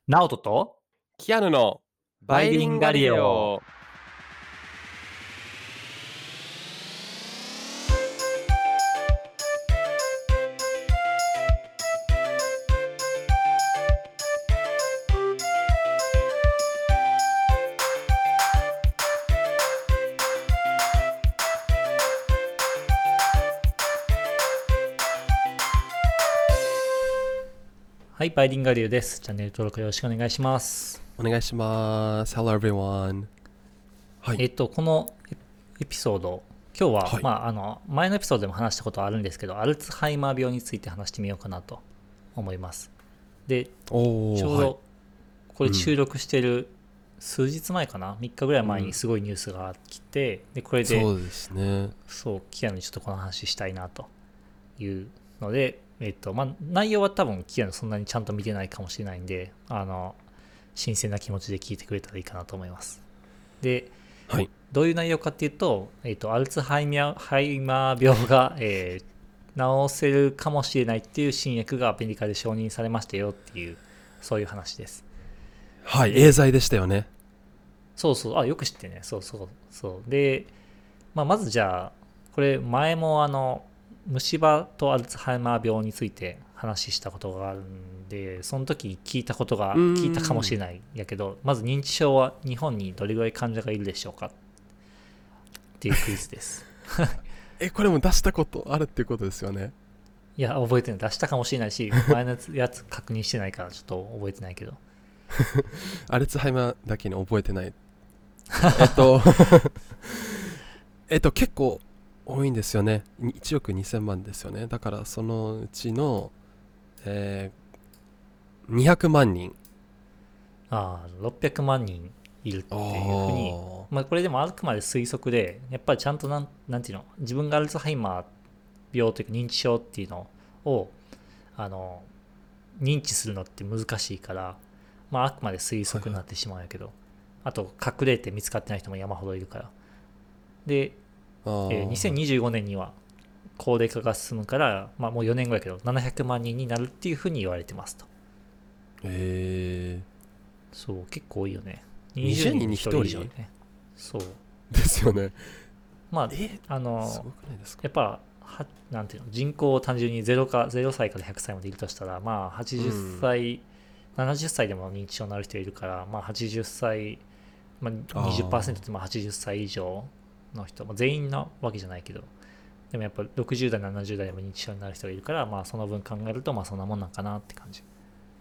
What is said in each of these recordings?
ナオトとキアヌのバイリンガリオ。 はい、バイリンガリオです。チャンネル登録よろしくお願いします。 お願いします。Hello everyone。はい。 このエピソード、今日は、 はい前のエピソードでも話したことあるんですけど、アルツハイマー病について話してみようかなと思います。で、ちょうはい。 どこれ収録してる数日前かな、3日ぐらい前にすごいニュースが来て、で、これで、 そうですね。 キアヌにちょっとこの話したいなというので、内容は多分キアヌそんなにちゃんと見てないかもしれないんで、新鮮な気持ちで聞いてくれたらいいかなと思います。で、 はい。 どういう内容かっていうと、アルツハイマー病が、治せるかもしれないっていう新薬がアメリカで承認されましたよっていう、そういう話です。 はい。エーで、 ザイでしたよね。 そうそう、よく知ってね、で、まずじゃあ、これ前も虫歯とアルツハイマー病について話したことがあるんで、その時に聞いたかもしれないんやけど、まず認知症は日本にどれぐらい患者がいるでしょうかっていうクイズです。 これも出したことあるっていうことですよね。 いや、覚えてない。出したかもしれないし、前のやつ確認してないからちょっと覚えてないけど。 アルツハイマーだけに覚えてない。えっと、結構多いんですよね。1億2000万ですよね。だからそのうちの、200万人。 600万人いるっていうふうに、これでもあくまで推測で、やっぱりちゃんとなんていうの、自分がアルツハイマー病というか認知症っていうのを、あの、認知するのって難しいから、あくまで推測になってしまうんやけど、あと隠れて見つかってない人も山ほどいるから。で、2025年には高齢化が進むから、もう4年後やけど、700万人になるっていうふうに言われてますと。そう、結構多いよね。20 20 人に人に 1人以上 1人ね。そう。 ですよね。 まあ、 すごくないですか？ やっぱ、なんていうの、人口を単純に0歳から100歳までいるとしたら、80歳、70歳でも認知症になる人いるから、80歳、20%って80歳以上の人、全員なわけじゃないけど、でもやっぱ60代、70代でも認知症になる人がいるから、その分考えると、そんなもんなんかなって感じ。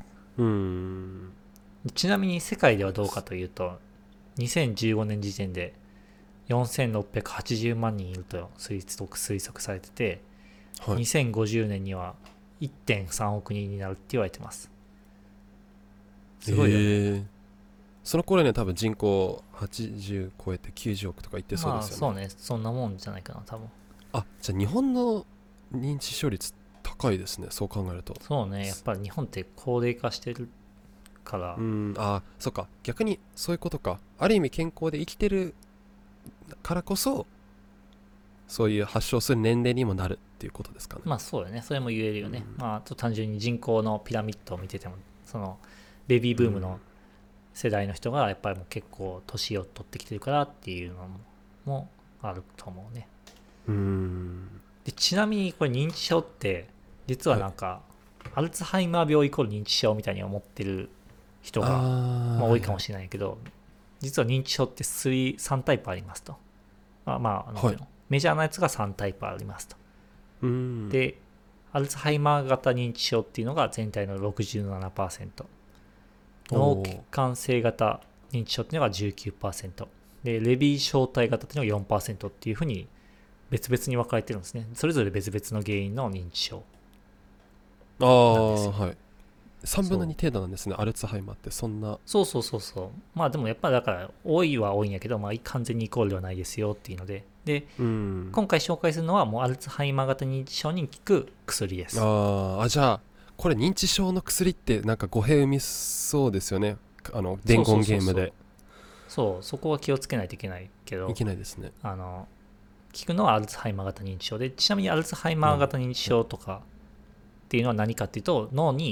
ちなみに世界ではどうかというと、2015年時点で4680万人いると推測されてて、 はい。 2050年には1.3億人になるって言われてます。すごいよね。 その頃には多分人口80超えて90億とかいってそうですよね。 そうね、そんなもんじゃないかな、多分。 じゃあ日本の認知症率高いですね、そう考えると。 そうね、やっぱり日本って高齢化してるから。 そっか。逆にそういうことか。ある意味健康で生きてるからこそ、そういう発症する年齢にもなるっていうことですかね。 そうよね、それも言えるよね。あと単純に人口のピラミッドを見てても、そのベビーブームの世代の人がやっぱりもう結構年を取ってきてるからっていうのもあると思うね。で、ちなみにこれ認知症って実はなんか、アルツハイマー病イコール認知症みたいに思ってる人が、多いかもしれないけど、実は認知症って3タイプありますと。なんていうの、メジャーなやつが3タイプありますと。で、アルツハイマー型認知症っていうのが全体の 67%、脳血管性型認知症っていうのが 19%、で、レビー小体型っていうのが 4% っていうふうに別々に分かれてるんですね。それぞれ別々の原因の認知症なんですよ。 はい。3分の2 そう。 程度なんですね、アルツハイマーって。そんな。 でもやっぱだから多いは多いんやけど、完全にイコールではないですよっていうので、今回紹介するのはもうアルツハイマー型認知症に効く薬です。 じゃあこれ認知症の薬ってなんか語弊生みそうですよね。伝言そうそうそうそう。 ゲームで。 そこは気をつけないといけないけど、 いけないですね。 効くのはアルツハイマー型認知症で、ちなみにアルツハイマー型認知症とかっていうのは何かっていうと、脳に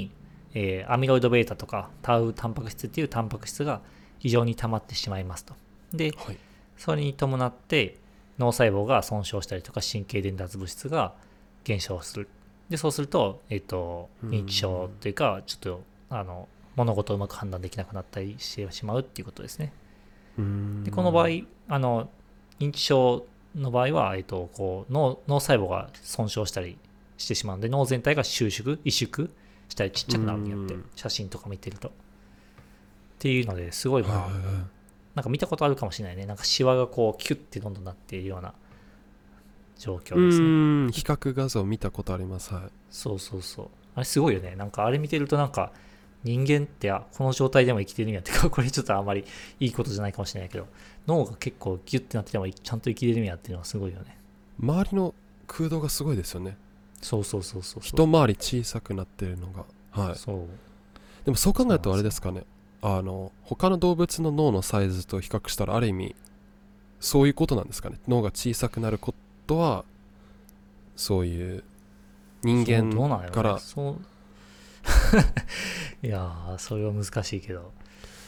アミロイド β とかタウタンパク質っていうタンパク質が異常に溜まってしまいますと。で、 はい。 それに伴って脳細胞が損傷したりとか神経伝達物質が減少する。で、そうすると、認知症というか、ちょっと物事をうまく判断できなくなったりしてしまうっていうことですね。で、この場合、認知症の場合は、こう脳細胞が損傷したりしてしまうので、脳全体が萎縮したりちっちゃくなるによって、写真とか見てると。っていうのですごい、なんか見たことあるかもしれないね。なんかシワがこうキュッてどんどんなっているような状況ですね。 比較画像見たことあります。はい。 そうそうそう。あれすごいよね。なんかあれ見てるとなんか人間ってこの状態でも生きてるんやってか、これちょっとあんまりいいことじゃないかもしれないけど、脳が結構ギュッてなっててもちゃんと生きれるんやっていうのはすごいよね。 周りの空洞がすごいですよね。 そうそうそうそう。 一回り小さくなってるのが。はい。 そう。 でもそう考えるとあれですかね。他の動物の脳のサイズと比較したらある意味そういうことなんですかね。脳が小さくなることはそういう人間から、 いやー、それは難しいけど。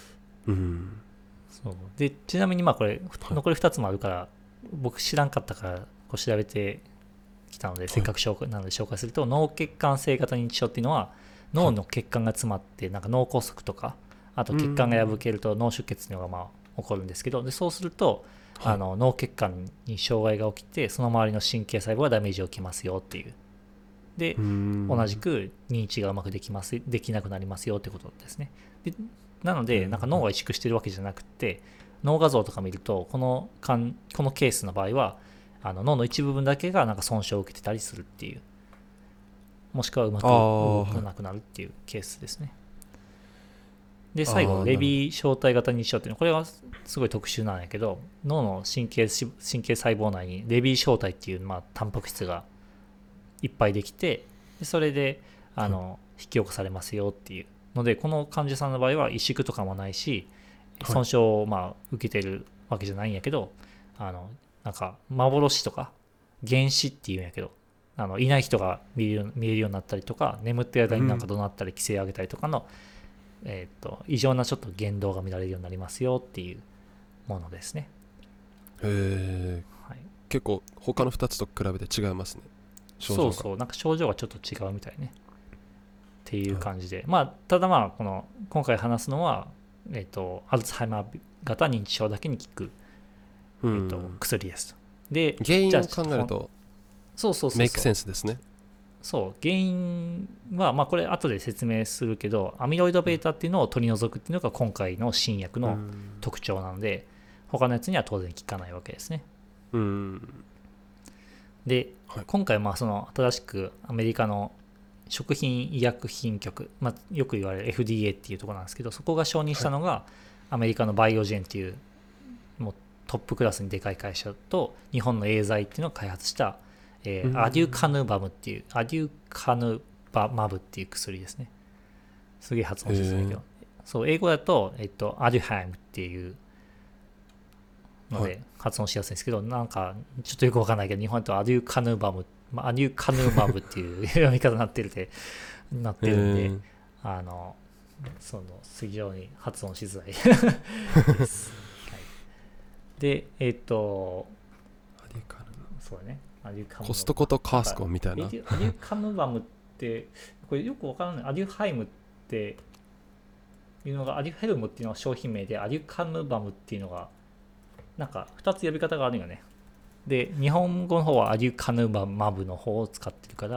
そうで、ちなみにまあこれ、残り2つもあるから、僕知らんかったからこう調べてきたので、せっかくなので紹介すると、脳血管性型認知症っていうのは、脳の血管が詰まって、なんか脳梗塞とか、あと血管が破けると脳出血っていうのがまあ起こるんですけど、でそうすると、脳血管に障害が起きて、その周りの神経細胞がダメージを受けますよっていう。で、同じく認知がうまくできなくなりますよってことですね。でなので、なんか脳が萎縮してるわけじゃなくて、脳画像とか見ると、このケースの場合は、脳の一部分だけがなんか損傷を受けてたりするっていう、もしくはうまく動かなくなるっていうケースですね。で、最後、レビー小体型認知症っていうのは、これはすごい特殊なんやけど、脳の神経細胞内にレビー小体っていう、まあ、タンパク質がいっぱいできて、でそれで引き起こされますよっていうので、この患者さんの場合は萎縮とかもないし、損傷をまあ受けてるわけじゃないんやけど、なんか幻とか原始っていうんやけど、いない人が見えるようになったりとか、眠ってる間になんか怒鳴ったり規制上げたりとかの、異常なちょっと言動が見られるようになりますよっていうものですね。 はい、結構他の2つと比べて違いますね。 そうそう、なんか症状がちょっと違うみたいねっていう感じで、まあただまあ今回話すのは、アルツハイマー型認知症だけに効く、薬ですと。で、 原因を考えるとメイクセンスですね。 そう、原因はまあこれ後で説明するけど、アミロイド β っていうのを取り除くっていうのが今回の新薬の特徴なので、他のやつには当然効かないわけですね。で、今回その新しくアメリカの食品医薬品局、よく言われる FDA っていうところなんですけど、そこが承認したのがアメリカのバイオジェンっていうもうトップクラスにでかい会社と日本のエーザイっていうのを開発した、アデュカヌバムっていう薬ですね。すげえ発音しづらいけど、そう英語だと、アデュハイムっていうので発音しやすいんですけど、なんかちょっとよくわかんないけど、日本だとアデュカヌバム、アデュカヌバムっていう読み方になってるんで、非常に発音しづらいです。はい、で、そうだね。 コストコとカースコみたいな。 アデュカヌバムって、これよくわからない。アデュハイムっていうのが、アデュヘルムっていうのが商品名で、アデュカヌバムっていうのが、なんか2つ呼び方があるよね。で、日本語の方はアデュカヌバマブの方を使ってるから、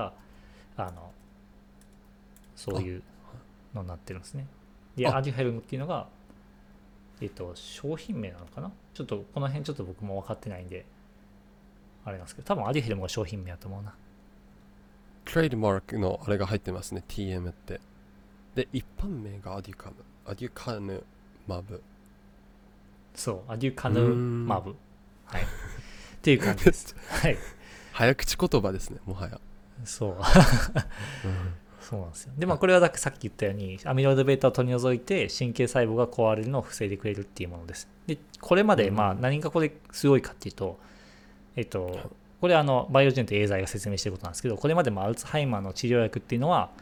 そういうのになってるんですね。で、アデュヘルムっていうのが、商品名なのかな？ちょっとこの辺ちょっと僕も分かってないんで、あれなんですけど、多分アデュヘルムが商品名だと思うな。 トレードマークのあれが入ってますね、TM って。で、一般名がアデュカヌマブ。 そう、アデュカヌマブ。はい。っていう感じです。はい。 早口言葉ですね、もはや。 そう。そうなんですよ。で、これはさっき言ったように、アミロイド β を取り除いて、神経細胞が壊れるのを防いでくれるっていうものです。で、これまで、何がこれすごいかっていうと、これバイオジェンとエーザイが説明していることなんですけど、これまでもアルツハイマーの治療薬っていうのは、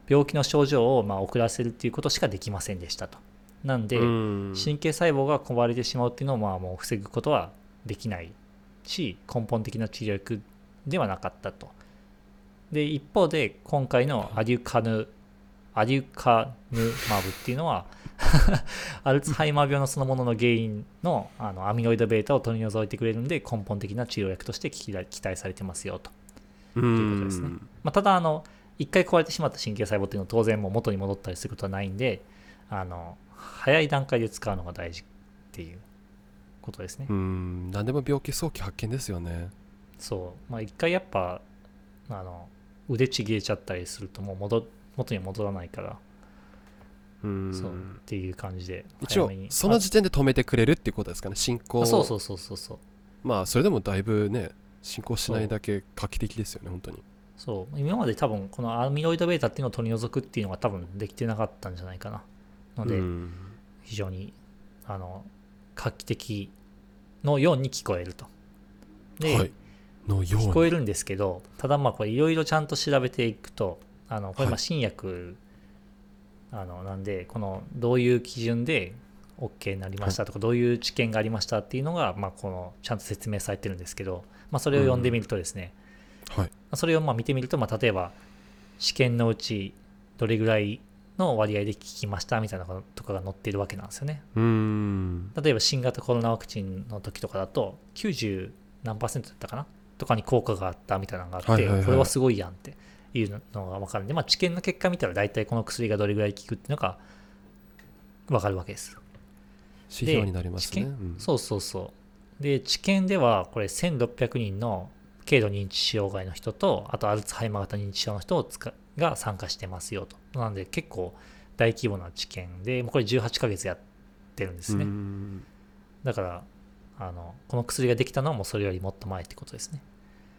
病気の症状を遅らせるっていうことしかできませんでしたと。なんで神経細胞が壊れてしまうっていうのをもう防ぐことはできないし、根本的な治療薬ではなかったと。で一方で今回のアデュカヌマブっていうのはアルツハイマー病のそのものの原因の、アミロイド β を取り除いてくれるんで、根本的な治療薬として期待されてますよということですね。ただ一回壊れてしまった神経細胞っていうのは当然もう元に戻ったりすることはないんで、早い段階で使うのが大事っていうことですね。 何でも病気早期発見ですよね。 そう、一回やっぱ腕ちぎれちゃったりするともう元には戻らないから、そうっていう感じで一応その時点で止めてくれるっていうことですかね、進行。 そうそれでもだいぶね進行しないだけ画期的ですよね本当に。 そう今まで多分このアミロイド β っていうのを取り除くっていうのが多分できてなかったんじゃないかなので、非常に画期的のように聞こえると。で、はい、聞こえるんですけど、ただこれいろいろちゃんと調べていくとこれ新薬、なんでこのどういう基準で OK になりましたとか、どういう知見がありましたっていうのがこのちゃんと説明されてるんですけど、それを読んでみるとですね、それを見てみると、例えば試験のうちどれぐらいの割合で効きましたみたいなこととかが載っているわけなんですよね。例えば新型コロナワクチンの時とかだと90何%だったかなとかに効果があったみたいなのがあって、これはすごいやんっていうのが分かるんで、治験の結果見たら大体この薬がどれぐらい効くっていうのが分かるわけです。 指標になりますね。 そうで治験ではこれ1600人の軽度認知障害の人と、あとアルツハイマー型認知症の人が参加してますよと。なので結構大規模な治験で、これ18ヶ月やってるんですね。だからこの薬ができたのはもうそれよりもっと前ってことですね。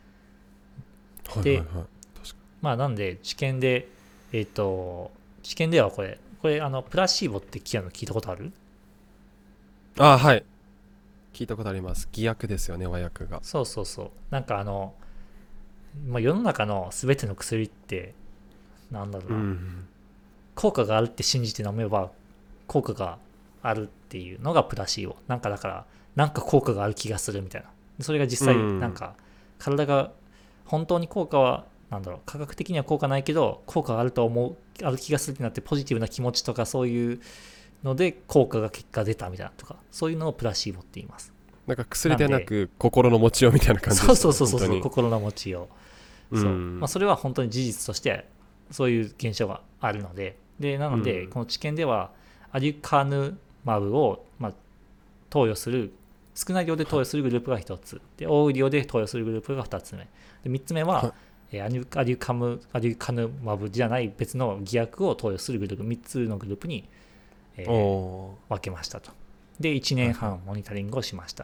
で、なんで治験で治験ではこれプラシーボって聞いたことある？ はい、聞いたことあります。偽薬ですよね、和薬が。 なんか世の中の全ての薬ってなんだろうな、効果があるって信じて飲めば効果があるっていうのがプラシーボ。だから効果がある気がするみたいな。それが実際体が本当に効果は科学的には効果ないけど効果がある気がするってなって、ポジティブな気持ちとかそういうので効果が結果出たみたいなとか、そういうのをプラシーボって言います。 なんか薬ではなく心の持ちようみたいな感じですね。 そう心の持ちよう。それは本当に事実としてそういう現象があるので、なのでこの治験ではアデュカヌマブを投与する少ない量で投与するグループが1つで、多い量で投与するグループが2つ目で、3つ目は、アデュカヌマブじゃない別の偽薬を投与するグループ、3つのグループに、分けましたと。で1年半モニタリングをしました。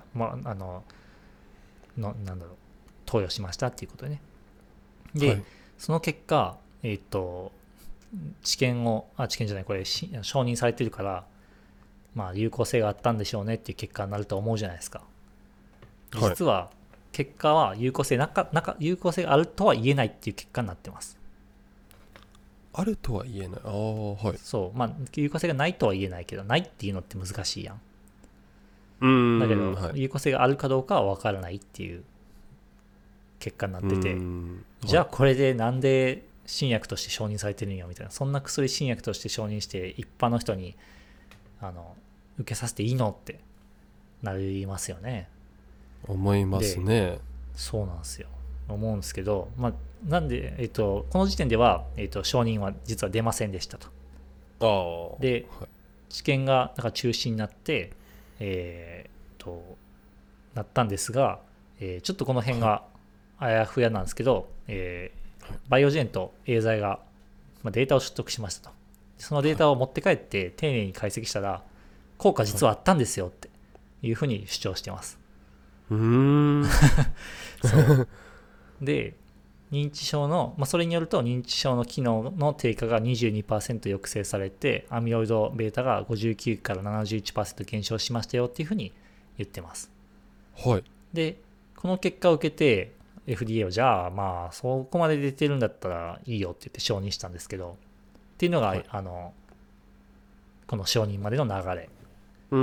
投与しましたっていうことでね。で、その結果、治験じゃない、これ承認されてるから、有効性があったんでしょうねっていう結果になると思うじゃないですか。実は結果は有効性があるとは言えないっていう結果になってます。 あるとは言えない。 有効性がないとは言えないけど、ないっていうのって難しいやん。だけど、有効性があるかどうかは分からないっていう結果になってて、じゃあこれでなんで新薬として承認されてるんやみたいな、そんな薬新薬として承認して一般の人に受けさせていいのってなりますよね。 思いますね。 そうなんですよ。思うんですけど、なんで、この時点では、承認は実は出ませんでしたと。で、治験が中止になって、なったんですが、ちょっとこの辺があやふやなんですけど、バイオジェンとエーザイがデータを取得しましたと。そのデータを持って帰って丁寧に解析したら、効果実はあったんですよっていうふうに主張してます。そうで、認知症の、それによると認知症の機能の低下が 22% 抑制されて、アミロイド β が59から 71% 減少しましたよっていうふうに言ってます。で、この結果を受けて FDA はじゃあそこまで出てるんだったらいいよって言って承認したんですけど、 っていうのが、 はい、 この承認までの流れ。 うん。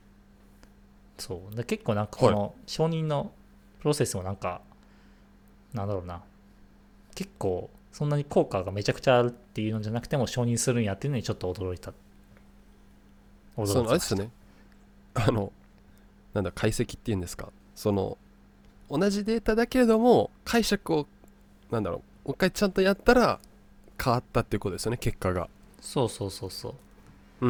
そうで結構なんかこはい。 の承認のプロセスもなんかなんだろうな、結構そんなに効果がめちゃくちゃあるっていうのじゃなくても承認するんやっていうのにちょっと驚きました。 あれですよね。あの、なんだ、解析っていうんですか。同じデータだけれども、解釈を、なんだろう、もう一回ちゃんとやったら変わったっていうことですよね、結果が。 そうそうそうそう。 うん。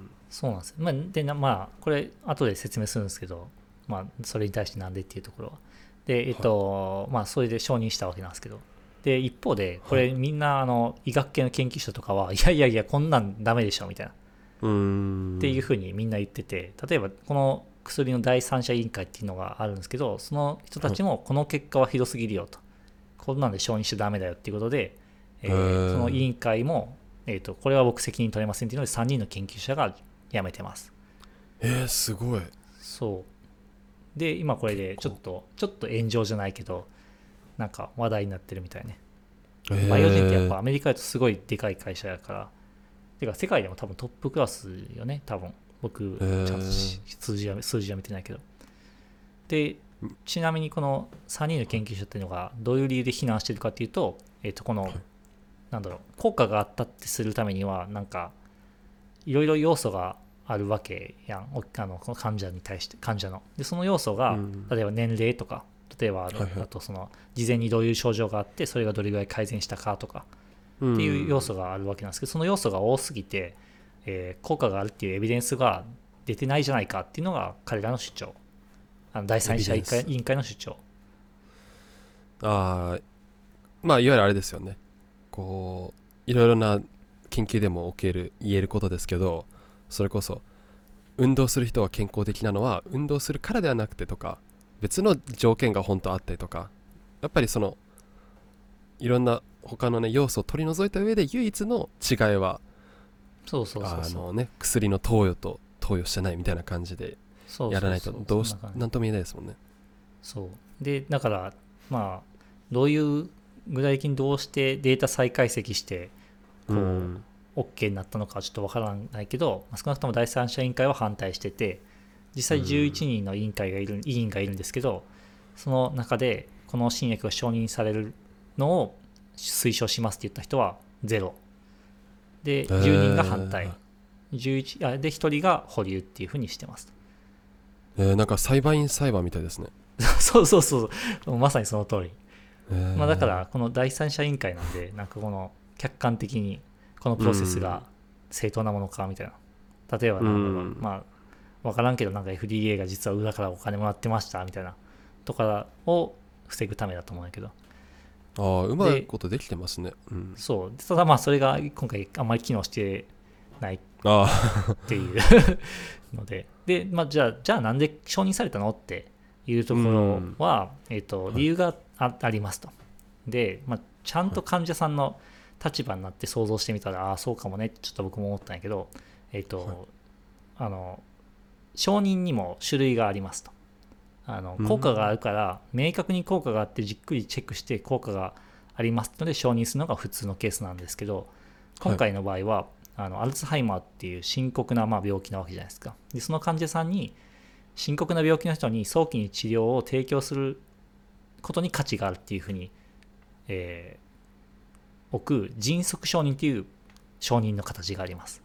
そうなんですよ。まあこれ後で説明するんですけど、まあそれに対してなんでっていうところは。で、 はい。 まあそれで承認したわけなんですけど。で、一方で、こはい。 れみんな医学系の研究者とかは、いやいやいや、こんなんダメでしょみたいな。っうーていうん。 ふうにみんな言ってて、例えばこの薬の第三者委員会っていうのがあるんですけど、その人たはい。 ちもこの結果はひどすぎるよと。こんなんで承認しちゃダメだよっていうことで、 へその委ー。 員会も、これは僕責任取れませんっていうので3人の研究者が辞めてます。 すごい。 そうで今これでちょっ結構。 とちょっと炎上じゃないけどなんか話題になってるみたいね。バイオジェンってやっへぱアメリカだとすごいでかい会社やから、てか世界でも多分トップクラスよね多分。僕へちゃんとー。 数字は見てないけど。でちなみにこの3人の研究者っていうのがどういう理由で非難してるかっていうと、このはい。 なんだろう、効果があったってするためにはなんかいろいろ要素があるわけやん、この患者に対して患者のでその要素がうん。 例えば年齢とか、例えばはいはい。 あとその事前にどういう症状があってそれがどれぐらい改善したかとかうっていう要ん。 素があるわけなんですけど、その要素が多すぎて、効果があるっていうエビデンスが出てないじゃないかっていうのが彼らの主張、第エ三者委ビデンス。 員会の主張。 ああ、まあ、いわゆるあれですよね。こいろいろな研究でも言えることですけど、それこそ、運動する人は健康的なのは、運動するからではなくてとか、別の条件が本当あったりとか、やっぱりいろんな他のね、要素を取り除いた上で唯一の違いは、 そうそうそうそう薬の投与と投与してないみたいな感じでそうやらないと、 そうそうそんな感じ。 なんとも言えないですもんね。 そうでだからまあどういう具体的にどうしてデータ再解析してうこん。 う OK になったのかちょっとわからないけど、少なくとも第三者委員会は反対してて、実う際11 ん。 人の委員がいるんですけど、その中でこの新薬が承認されるのを推奨しますって言った人はゼロで、10人が反対、で1人が保留っていうふうにしてます。 なんか裁判員裁判みたいですね。 そうそうそうそう、まさにその通り。だかえらこの第三者委員会なんで、なんかこの客観的にこのプうロセスがん。 正当なものかみたいな。例えばうなんだろう、 ん。 まあ分からんけど、なんか FDA が実は裏からお金もらってましたみたいなとかを防ぐためだと思うんやけど。 ああ、うまいでことできてますね。うん。 そうただまあそれが今回あんまり機能してないっああ。 ていうので、まあ、じゃあなんで承認されたのっていうとうころん。 は、 はい。 理由がありますと。で、まあ、ちゃんはい。 と患者さんの立場になって想像してみたら、ああ、そうかもねってちょっと僕も思ったんやけど、 はい。 あの、承認にも種類がありますと。効果があうん。 るから、明確に効果があってじっくりチェックして効果がありますので承認するのが普通のケースなんですけど、今はい。 回の場合は、アルツハイマーっていう深刻な病気なわけじゃないですか。で、その患者さんに、深刻な病気の人に早期に治療を提供することに価値があるっていうふうに、え置く迅速承認っていう承認の形があります。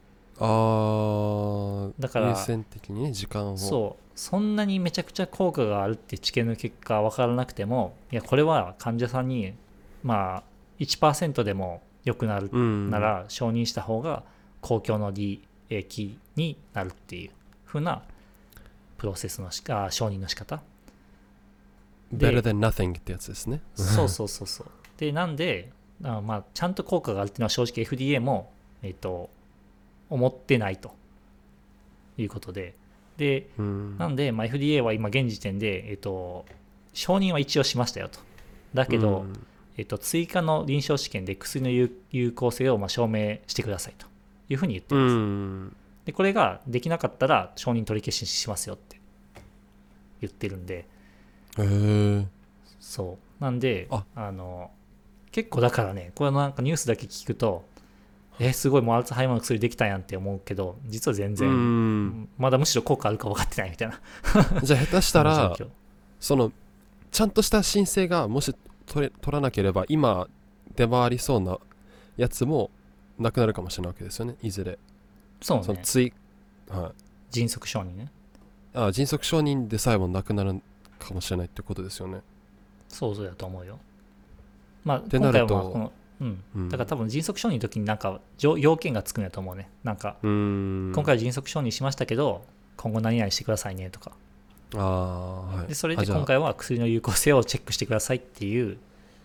ああ、優だから先的にね、時間を。 そんなにめちゃくちゃ効果があるって知見の結果分からなくても、いやこれは患者さんにまあ1%でも良くなるうん。 なら承認した方が公共の利益になるっていう風なプロセスの承認の仕方 better で、 than nothing ってやつですね。 そうそうそうそう。で、なんで、まあ、ちゃんと効果があるっていうのは正直 FDA も、思ってないということで、 うん。 なんで、まあ、FDA は今現時点で、承認は一応しましたよと。だけど、 うん。 追加の臨床試験で薬の有効性を証明してくださいというふうに言ってうます。 ん。 で、これができなかったら承認取り消ししますよって言ってるんで、 へえ。 そう。なんで、 あ、 結構だからね、これなんかニュースだけ聞くと、 すごいもうアルツハイマーの薬できたやんって思うけど、実は全う然ん。 まだむしろ効果あるか分かってないみたいなじゃあ下手したら状況。 そのちゃんとした申請がもし取らなければ今出回りそうなやつもなくなるかもしれないわけですよね、いずれ。 そうね、 その追はい、 迅速承認ね。 迅速承認でさえもなくなるかもしれないってことですよね。 そうだと思うよ。まあって今回はなると、 まあこのうんだから多分迅速承認の時になんか要件がつくんやと思うね。なんかうーん今回は迅速承認しましたけど今後何々してくださいねとか、 はい。 でそれでじゃあ今回は薬の有効性をチェックしてくださいっていう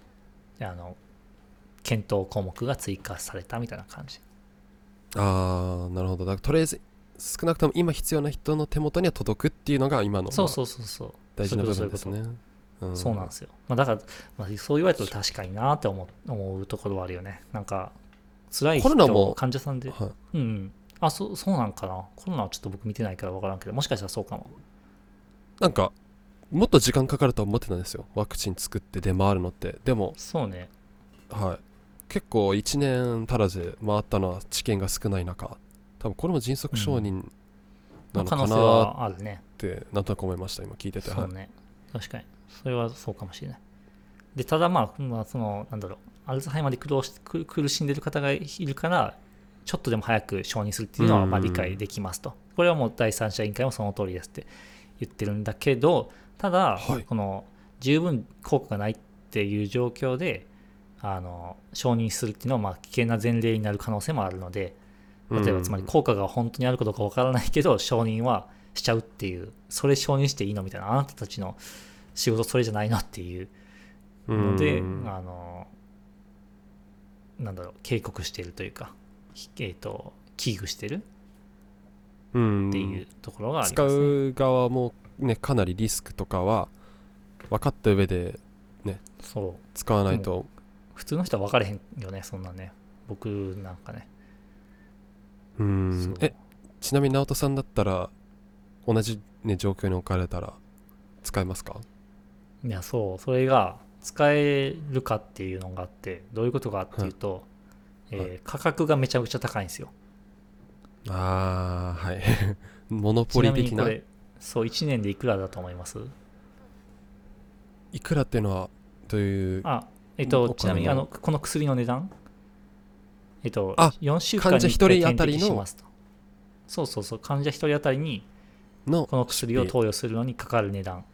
検討項目が追加されたみたいな感じ。 なるほど。だからとりあえず少なくとも今必要な人の手元には届くっていうのが今の、 そうそうそうそう、 大事な部そういうこと分ですね。 そうなんですよ。まあ、だから、そう言われると確かになって思うところはあるよね。なんか、辛いコロナも人、患者さんで、 はいうんうん。あ、そうなんかな。コロナはちょっと僕見てないから分からんけど、もしかしたらそうかも。 なんかもっと時間かかると思ってたんですよ、ワクチン作って出回るのって。でも、 そうね。 はい、結構1年足らず回ったのは知見が少ない中、多分これも迅速承認なのか可能性なはあるね。 ってなんとなく思いました、今聞いてて。 そうね。確かに。それはそうかもしれない。で、ただその、なんだろう、アルツハイマーで苦しんでる方がいるから、ちょっとでも早く承認するっていうのはまあ理解できますと。これはもう第三者委員会もその通りですって言ってるんだけど、ただ、 はい、 この十分効果がないっていう状況で承認するっていうのはまあ危険な前例になる可能性もあるので、例えばつまり効果が本当にあるかどうかわからないけど承認はしちゃうっていう、それ承認していいのみたいな、あなたたちの仕事それじゃないのっていうので、なんだろう、警告しているというか、危惧してるっていうところがありますね。 使う側もね、かなりリスクとかは分かった上でね、 そう使わないと。 普通の人は分かれへんよね、そんなね。僕なんかね。 ちなみに直人さんだったら同じ、ね、状況に置かれたら使えますか？ いや、それが使えるかっていうのがあって、どういうことかっていうと、価格がめちゃくちゃ高いんですよ。 はいモノポちなリ的な。 みにこれ、そう、1年でいくらだと思います？ いくらっていうのはどういう？ ちなみにこの薬の値段、4週間患者に1回 1人当点たりの滴しますと。そう、患者1人当たりにのこの薬を投与するのにかかる値段。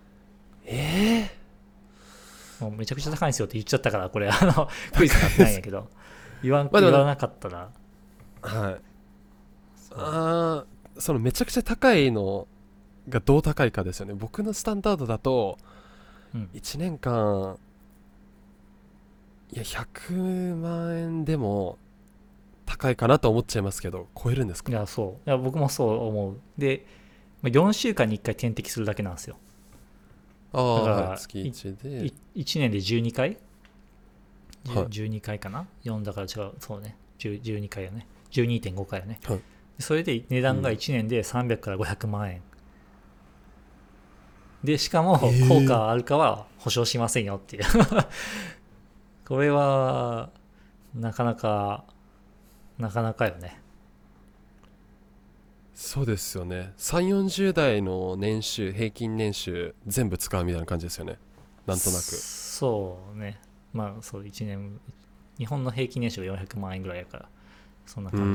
もうめちゃくちゃ高いんですよって言っちゃったから、これクイズになってないんやけど、言わなかったら。 そのめちゃくちゃ高いのがどう高いかですよね。僕のスタンダードだと1年間、いや100万円でも高いかなと思っちゃいますけど、超えるんですか？ いや、僕もそう思う。で、4週間に1回点滴するだけなんですよ。だから月1で 1年で12回、 はい 12回かな、4だから違う、そうね、12回よね、12.5 回よね、 はい、 それで値段が1年で300から500万円で、しかも効果あるかは保証しませんよっていうこれはなかなかよね。 そうですよね。3 4 0代の年収、平均年収全部使うみたいな感じですよね、なんとなく。 そうね、まあそう1年、日本の平均年収が400万円ぐらいやから、そんな感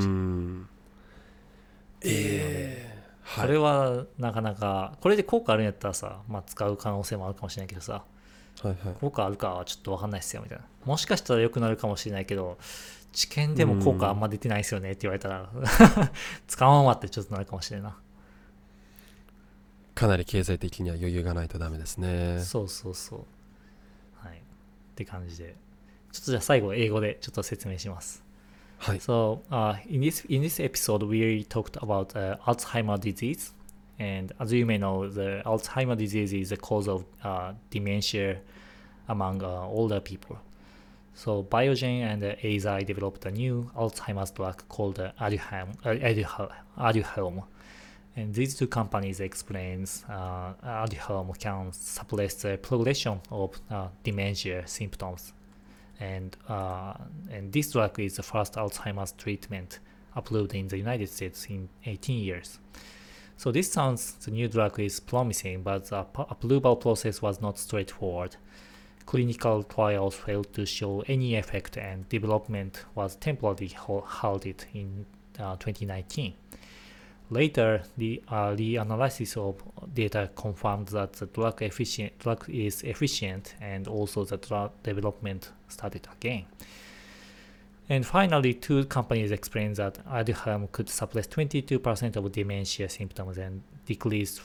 じ。これはなかなか、これで効果あるんやったらさ、使う可能性もあるかもしれないけどさ、効果あるかはちょっと分かんないっすよみたいな。もしかしたら良くなるかもしれないけど、治験でも効果あんま出てないですよねって言われたら使わんわってちょっとなるかもしれんな。 かなり経済的には余裕がないとダメですね。 そう。はい。って感じで。ちょっとじゃあ最後英語でちょっと説明します。 はい。 So, in this episode, we talked about Alzheimer's disease. And as you may know, the Alzheimer's disease is the cause of dementia among older people. So Biogen and Eisai developed a new Alzheimer's drug called Aduhelm. And these two companies explains Aduhelm can suppress the progression of dementia symptoms. and this drug is the first Alzheimer's treatment approved in the United States in 18 years. So this sounds the new drug is promising, but the approval process was not straightforward. Clinical trials failed to show any effect, and development was temporarily halted in 2019. Later, the analysis of data confirmed that the drug is efficient, and also the drug development started again. And finally, two companies explained that Aduhelm could suppress 22% of dementia symptoms and decrease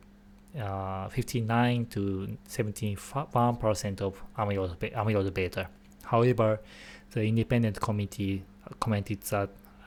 59 to 71% of amyloid beta. However, the independent committee commented that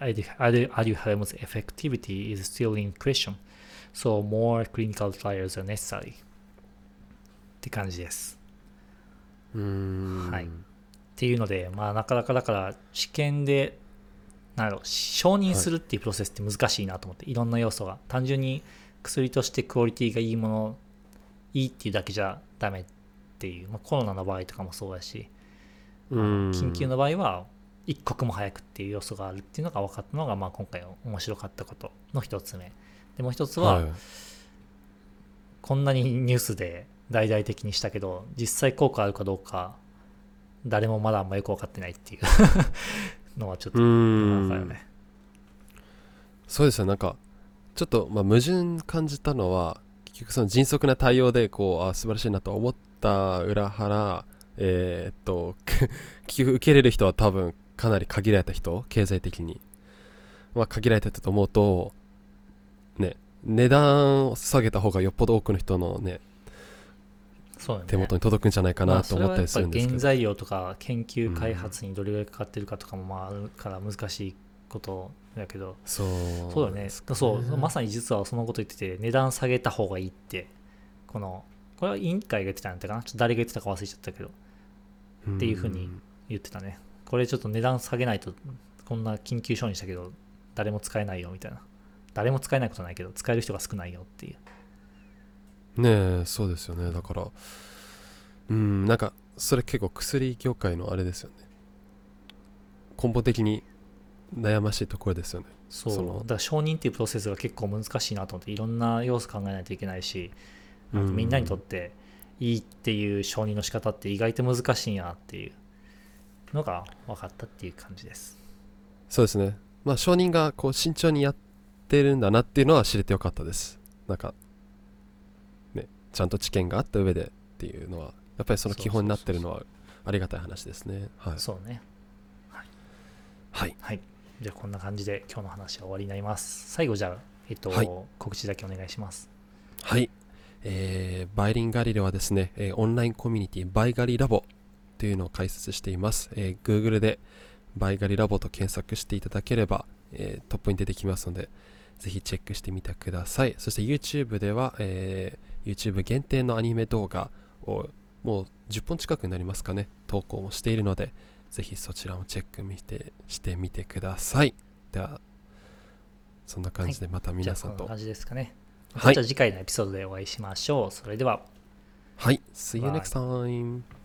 Aduhelm's effectivity is still in question, so more clinical trials are necessary. って感じです。はい。っていうので、まあなかなかだから治験で承認するっていうプロセスって難しいなと思って、いろんな要素が単純に薬としてクオリティがいいものいいっていうだけじゃダメっていう、まあ、コロナの場合とかもそうだし、緊急の場合は一刻も早くっていう要素があるっていうのが分かったのが、まあ、今回面白かったことの一つ目で、もう一つは、こんなにニュースで大々的にしたけど実際効果あるかどうか誰もまだあんまよく分かってないっていうのはちょっと分かるね。 そうですよ。なんかちょっと矛盾感じたのは、結局その迅速な対応で素晴らしいなと思った裏腹、結局受け入れる人は多分かなり限られた人、経済的に限られてたと思うとね、値段を下げた方がよっぽど多くの人のね、 そうね、 手元に届くんじゃないかなと思ったりするんですけど、 原材料とか研究開発にどれぐらいかかってるかとかもあるから難しいことだけど、そうだね、そうまさに実はそのこと言ってて、値段下げた方がいいってこれは委員会が言ってたんだったかな、ちょっと誰が言ってたか忘れちゃったけど、っていうふうに言ってたね。これちょっと値段下げないとこんな緊急承認したけど誰も使えないよみたいな、誰も使えないことないけど使える人が少ないよっていうねえ、そうですよね。だからなんかそれ結構薬業界のあれですよね、根本的に悩ましいところですよね。 そうだから承認っていうプロセスが結構難しいなと思って、いろんな要素考えないといけないし、みんなにとっていいっていう承認の仕方って意外と難しいんやっていうのが分かったっていう感じです。 そうですね。まあ承認が慎重にやってるんだなっていうのは知れてよかったです。なんかね、ちゃんと知見があった上でっていうのはやっぱりその基本になってるのはありがたい話ですね。はい。 そうね。 はい。 はい。じゃあこんな感じで今日の話は終わりになります。最後じゃあ、 はい、 告知だけお願いします。 はい。バイリンガリレはですね、オンラインコミュニティバイガリラボというのを開設しています。Google でバイガリラボと検索していただければ、トップに出てきますので、ぜひチェックしてみてください。そして YouTube では、YouTube 限定のアニメ動画をもう10本近くになりますかね、投稿もしているので、ぜひそちらもチェックしてみてください。ではそんな感じでまた皆さんと、 じゃあこんな感じですかね。 はい、 じゃあ次回のエピソードでお会いしましょう。それでは。 はい、See you next time.